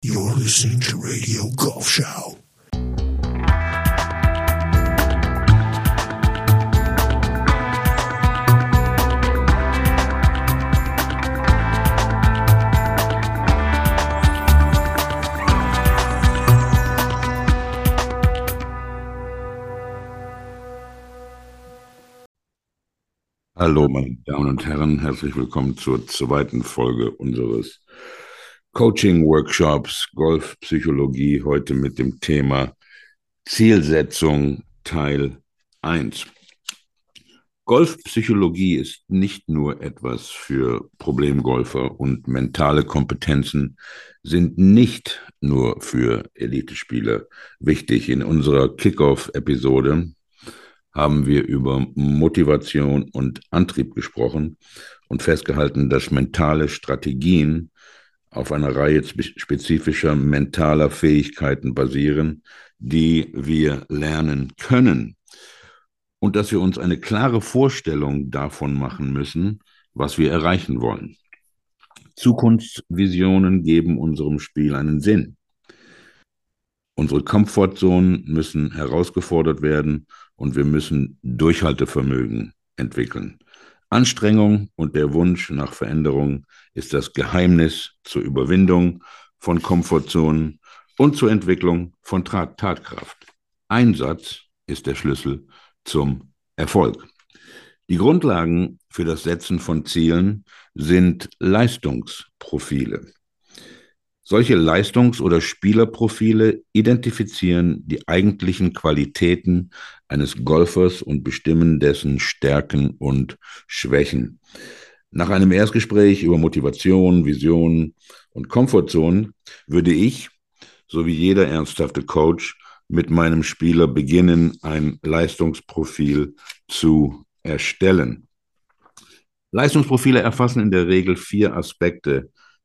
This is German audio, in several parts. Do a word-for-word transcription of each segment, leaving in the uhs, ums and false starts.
You're listening to Radio Golf Show. Hallo, meine Damen und Herren, herzlich willkommen zur zweiten Folge unseres Coaching-Workshops Golfpsychologie, heute mit dem Thema Zielsetzung Teil eins. Golfpsychologie ist nicht nur etwas für Problemgolfer und mentale Kompetenzen sind nicht nur für Elitespieler wichtig. In unserer Kickoff-Episode haben wir über Motivation und Antrieb gesprochen und festgehalten, dass mentale Strategien auf einer Reihe spezifischer mentaler Fähigkeiten basieren, die wir lernen können. Und dass wir uns eine klare Vorstellung davon machen müssen, was wir erreichen wollen. Zukunftsvisionen geben unserem Spiel einen Sinn. Unsere Komfortzonen müssen herausgefordert werden und wir müssen Durchhaltevermögen entwickeln. Anstrengung und der Wunsch nach Veränderung ist das Geheimnis zur Überwindung von Komfortzonen und zur Entwicklung von Tatkraft. Einsatz ist der Schlüssel zum Erfolg. Die Grundlagen für das Setzen von Zielen sind Leistungsprofile. Solche Leistungs- oder Spielerprofile identifizieren die eigentlichen Qualitäten eines Golfers und bestimmen dessen Stärken und Schwächen. Nach einem Erstgespräch über Motivation, Vision und Komfortzonen würde ich, so wie jeder ernsthafte Coach, mit meinem Spieler beginnen, ein Leistungsprofil zu erstellen. Leistungsprofile erfassen in der Regel vier Aspekte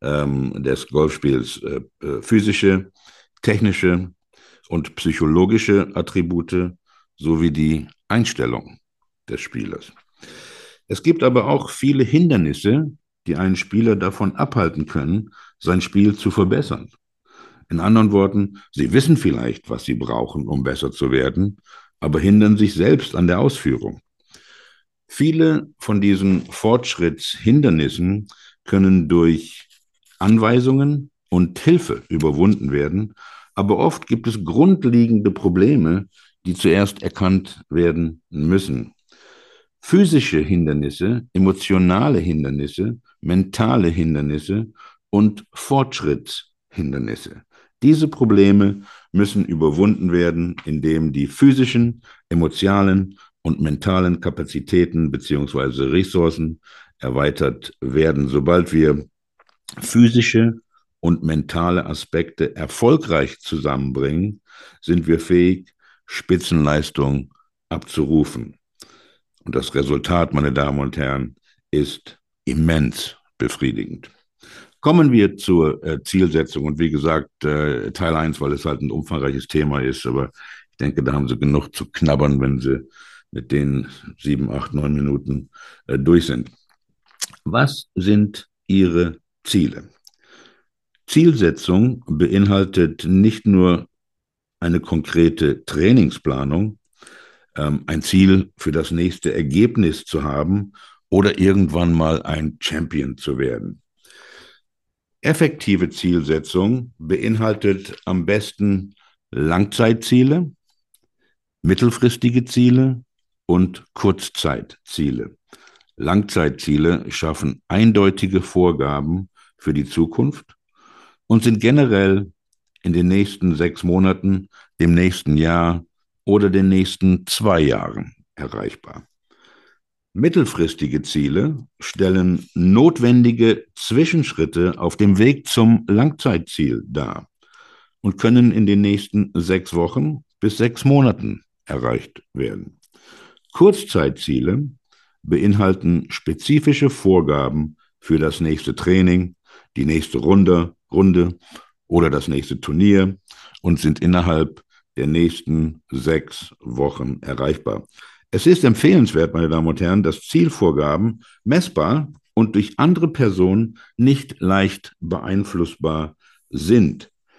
des Golfspiels, äh, physische, technische und psychologische Attribute sowie die Einstellung des Spielers. Es gibt aber auch viele Hindernisse, die einen Spieler davon abhalten können, sein Spiel zu verbessern. In anderen Worten, sie wissen vielleicht, was sie brauchen, um besser zu werden, aber hindern sich selbst an der Ausführung. Viele von diesen Fortschrittshindernissen können durch Anweisungen und Hilfe überwunden werden, aber oft gibt es grundlegende Probleme, die zuerst erkannt werden müssen. Physische Hindernisse, emotionale Hindernisse, mentale Hindernisse und Fortschrittshindernisse. Diese Probleme müssen überwunden werden, indem die physischen, emotionalen und mentalen Kapazitäten bzw. Ressourcen erweitert werden. Sobald wir physische und mentale Aspekte erfolgreich zusammenbringen, sind wir fähig, Spitzenleistung abzurufen. Und das Resultat, meine Damen und Herren, ist immens befriedigend. Kommen wir zur äh, Zielsetzung und wie gesagt, äh, Teil eins, weil es halt ein umfangreiches Thema ist, aber ich denke, da haben Sie genug zu knabbern, wenn Sie mit den sieben, acht, neun Minuten äh, durch sind. Was sind Ihre Ziele? Zielsetzung beinhaltet nicht nur eine konkrete Trainingsplanung, ähm, ein Ziel für das nächste Ergebnis zu haben oder irgendwann mal ein Champion zu werden. Effektive Zielsetzung beinhaltet am besten Langzeitziele, mittelfristige Ziele und Kurzzeitziele. Langzeitziele schaffen eindeutige Vorgaben für die Zukunft und sind generell in den nächsten sechs Monaten, dem nächsten Jahr oder den nächsten zwei Jahren erreichbar. Mittelfristige Ziele stellen notwendige Zwischenschritte auf dem Weg zum Langzeitziel dar und können in den nächsten sechs Wochen bis sechs Monaten erreicht werden. Kurzzeitziele beinhalten spezifische Vorgaben für das nächste Training, die nächste Runde, Runde oder das nächste Turnier und sind innerhalb der nächsten sechs Wochen erreichbar. Es ist empfehlenswert, meine Damen und Herren, dass Zielvorgaben messbar und durch andere Personen nicht leicht beeinflussbar sind.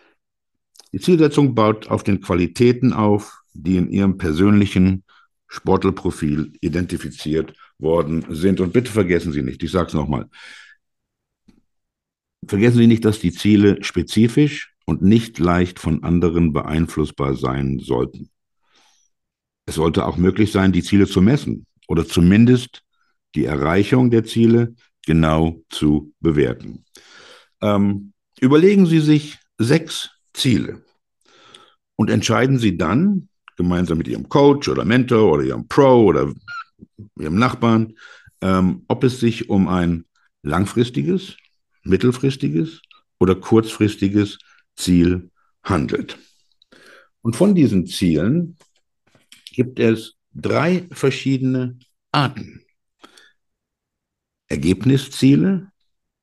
Die Zielsetzung baut auf den Qualitäten auf, die in Ihrem persönlichen Sportlerprofil identifiziert worden sind. Und bitte vergessen Sie nicht, ich sage es nochmal, vergessen Sie nicht, dass die Ziele spezifisch und nicht leicht von anderen beeinflussbar sein sollten. Es sollte auch möglich sein, die Ziele zu messen oder zumindest die Erreichung der Ziele genau zu bewerten. Ähm, überlegen Sie sich sechs Ziele und entscheiden Sie dann gemeinsam mit Ihrem Coach oder Mentor oder Ihrem Pro oder Ihrem Nachbarn, ähm, ob es sich um ein langfristiges, mittelfristiges oder kurzfristiges Ziel handelt. Und von diesen Zielen gibt es drei verschiedene Arten. Ergebnisziele,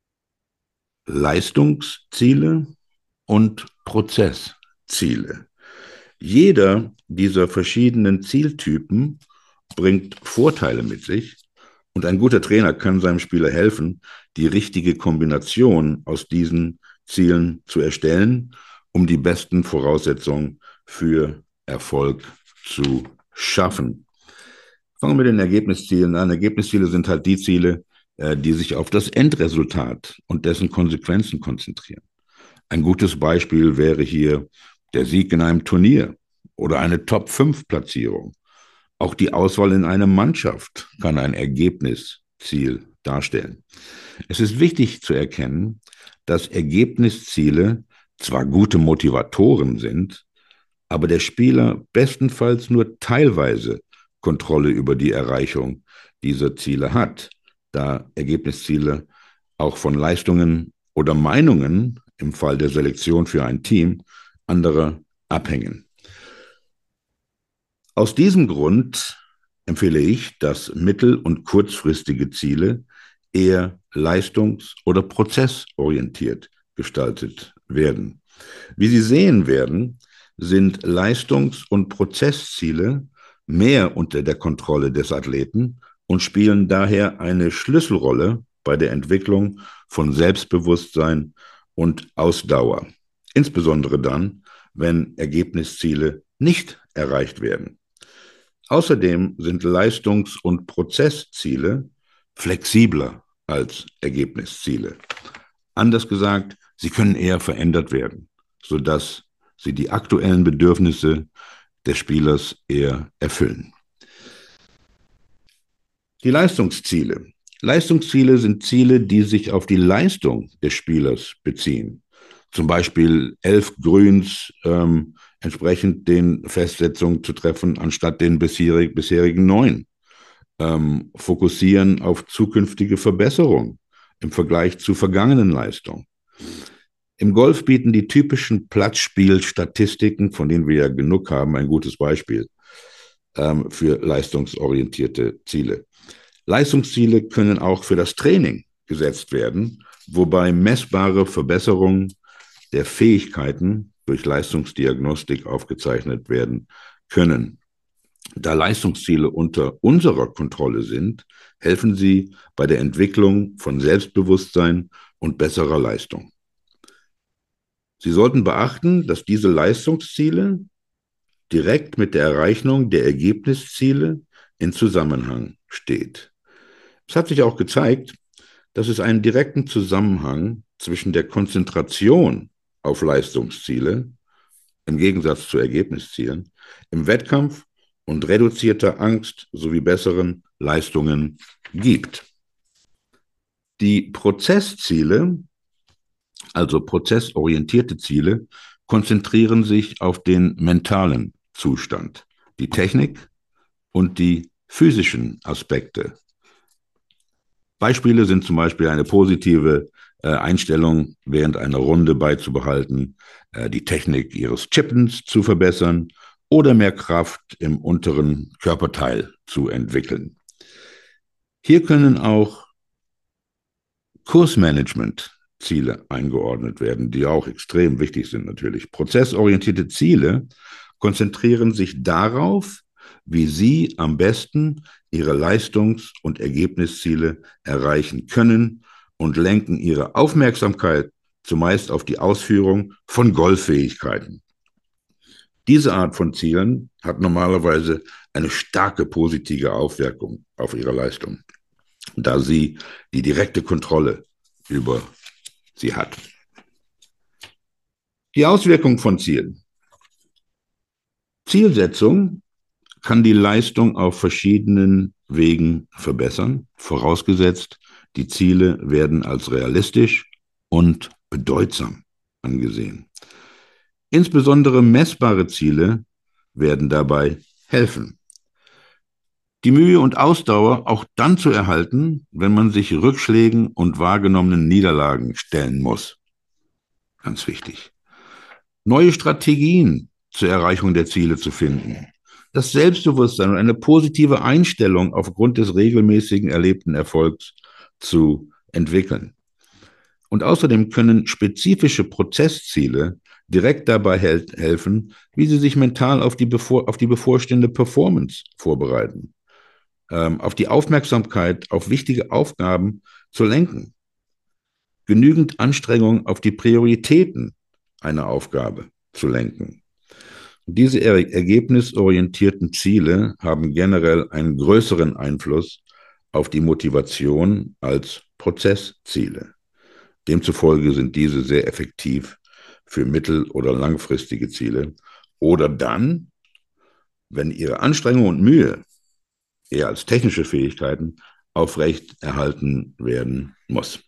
Leistungsziele und Prozessziele. Jeder dieser verschiedenen Zieltypen bringt Vorteile mit sich und ein guter Trainer kann seinem Spieler helfen, die richtige Kombination aus diesen Zielen zu erstellen, um die besten Voraussetzungen für Erfolg zu schaffen. Fangen wir mit den Ergebniszielen an. Ergebnisziele sind halt die Ziele, die sich auf das Endresultat und dessen Konsequenzen konzentrieren. Ein gutes Beispiel wäre hier der Sieg in einem Turnier oder eine Top fünf Platzierung. Auch die Auswahl in einer Mannschaft kann ein Ergebnisziel darstellen. Es ist wichtig zu erkennen, dass Ergebnisziele zwar gute Motivatoren sind, aber der Spieler bestenfalls nur teilweise Kontrolle über die Erreichung dieser Ziele hat, da Ergebnisziele auch von Leistungen oder Meinungen im Fall der Selektion für ein Team anderer abhängen. Aus diesem Grund empfehle ich, dass mittel- und kurzfristige Ziele eher leistungs- oder prozessorientiert gestaltet werden. Wie Sie sehen werden, sind Leistungs- und Prozessziele mehr unter der Kontrolle des Athleten und spielen daher eine Schlüsselrolle bei der Entwicklung von Selbstbewusstsein und Ausdauer. Insbesondere dann, wenn Ergebnisziele nicht erreicht werden. Außerdem sind Leistungs- und Prozessziele flexibler als Ergebnisziele. Anders gesagt, sie können eher verändert werden, sodass sie die aktuellen Bedürfnisse des Spielers eher erfüllen. Die Leistungsziele. Leistungsziele sind Ziele, die sich auf die Leistung des Spielers beziehen. Zum Beispiel elf Grüns ähm, entsprechend den Festsetzungen zu treffen, anstatt den bisherig, bisherigen neun. Ähm, fokussieren auf zukünftige Verbesserung im Vergleich zu vergangenen Leistungen. Im Golf bieten die typischen Platzspielstatistiken, von denen wir ja genug haben, ein gutes Beispiel ähm, für leistungsorientierte Ziele. Leistungsziele können auch für das Training gesetzt werden, wobei messbare Verbesserungen der Fähigkeiten durch Leistungsdiagnostik aufgezeichnet werden können. Da Leistungsziele unter unserer Kontrolle sind, helfen sie bei der Entwicklung von Selbstbewusstsein und besserer Leistung. Sie sollten beachten, dass diese Leistungsziele direkt mit der Erreichung der Ergebnisziele in Zusammenhang steht. Es hat sich auch gezeigt, dass es einen direkten Zusammenhang zwischen der Konzentration auf Leistungsziele, im Gegensatz zu Ergebniszielen, im Wettkampf und reduzierter Angst sowie besseren Leistungen gibt. Die Prozessziele, also prozessorientierte Ziele, konzentrieren sich auf den mentalen Zustand, die Technik und die physischen Aspekte. Beispiele sind zum Beispiel eine positive äh, Einstellung während einer Runde beizubehalten, äh, die Technik ihres Chippens zu verbessern oder mehr Kraft im unteren Körperteil zu entwickeln. Hier können auch Kursmanagement-Ziele eingeordnet werden, die auch extrem wichtig sind natürlich. Prozessorientierte Ziele konzentrieren sich darauf, wie Sie am besten Ihre Leistungs- und Ergebnisziele erreichen können und lenken Ihre Aufmerksamkeit zumeist auf die Ausführung von Golffähigkeiten Diese Art von Zielen hat normalerweise eine starke positive Auswirkung auf ihre Leistung, da sie die direkte Kontrolle über sie hat. Die Auswirkung von Zielen. Zielsetzung kann die Leistung auf verschiedenen Wegen verbessern, vorausgesetzt, die Ziele werden als realistisch und bedeutsam angesehen. Insbesondere messbare Ziele werden dabei helfen. Die Mühe und Ausdauer auch dann zu erhalten, wenn man sich Rückschlägen und wahrgenommenen Niederlagen stellen muss. Ganz wichtig. Neue Strategien zur Erreichung der Ziele zu finden. Das Selbstbewusstsein und eine positive Einstellung aufgrund des regelmäßigen erlebten Erfolgs zu entwickeln. Und außerdem können spezifische Prozessziele direkt dabei hel- helfen, wie Sie sich mental auf die, bevor, auf die bevorstehende Performance vorbereiten, ähm, auf die Aufmerksamkeit auf wichtige Aufgaben zu lenken, genügend Anstrengung auf die Prioritäten einer Aufgabe zu lenken. Diese er- ergebnisorientierten Ziele haben generell einen größeren Einfluss auf die Motivation als Prozessziele. Demzufolge sind diese sehr effektiv für mittel- oder langfristige Ziele oder dann, wenn ihre Anstrengung und Mühe eher als technische Fähigkeiten aufrechterhalten werden muss.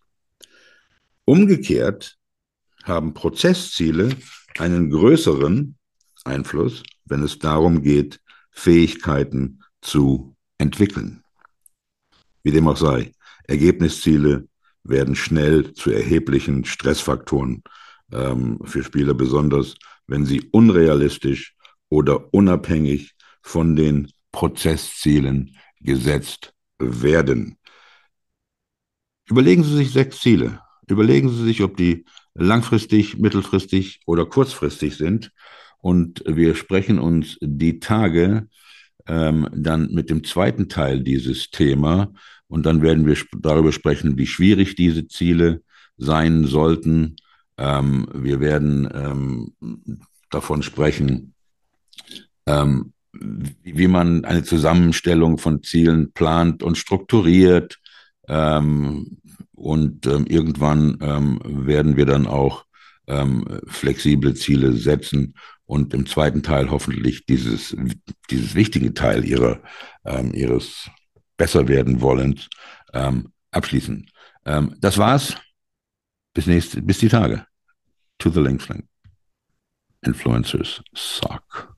Umgekehrt haben Prozessziele einen größeren Einfluss, wenn es darum geht, Fähigkeiten zu entwickeln. Wie dem auch sei, Ergebnisziele werden schnell zu erheblichen Stressfaktoren ähm, für Spieler, besonders wenn sie unrealistisch oder unabhängig von den Prozesszielen gesetzt werden. Überlegen Sie sich sechs Ziele. Überlegen Sie sich, ob die langfristig, mittelfristig oder kurzfristig sind. Und wir sprechen uns die Tage ähm, dann mit dem zweiten Teil dieses Thema. Und dann werden wir sp- darüber sprechen, wie schwierig diese Ziele sein sollten. Ähm, wir werden ähm, davon sprechen, ähm, wie, wie man eine Zusammenstellung von Zielen plant und strukturiert. Ähm, und ähm, irgendwann ähm, werden wir dann auch ähm, flexible Ziele setzen und im zweiten Teil hoffentlich dieses, dieses wichtige Teil ihrer, ähm, ihres besser werden Wollens ähm, abschließen. Ähm, das war's. Bis nächste, bis die Tage. To the Link Flank. Influencers suck.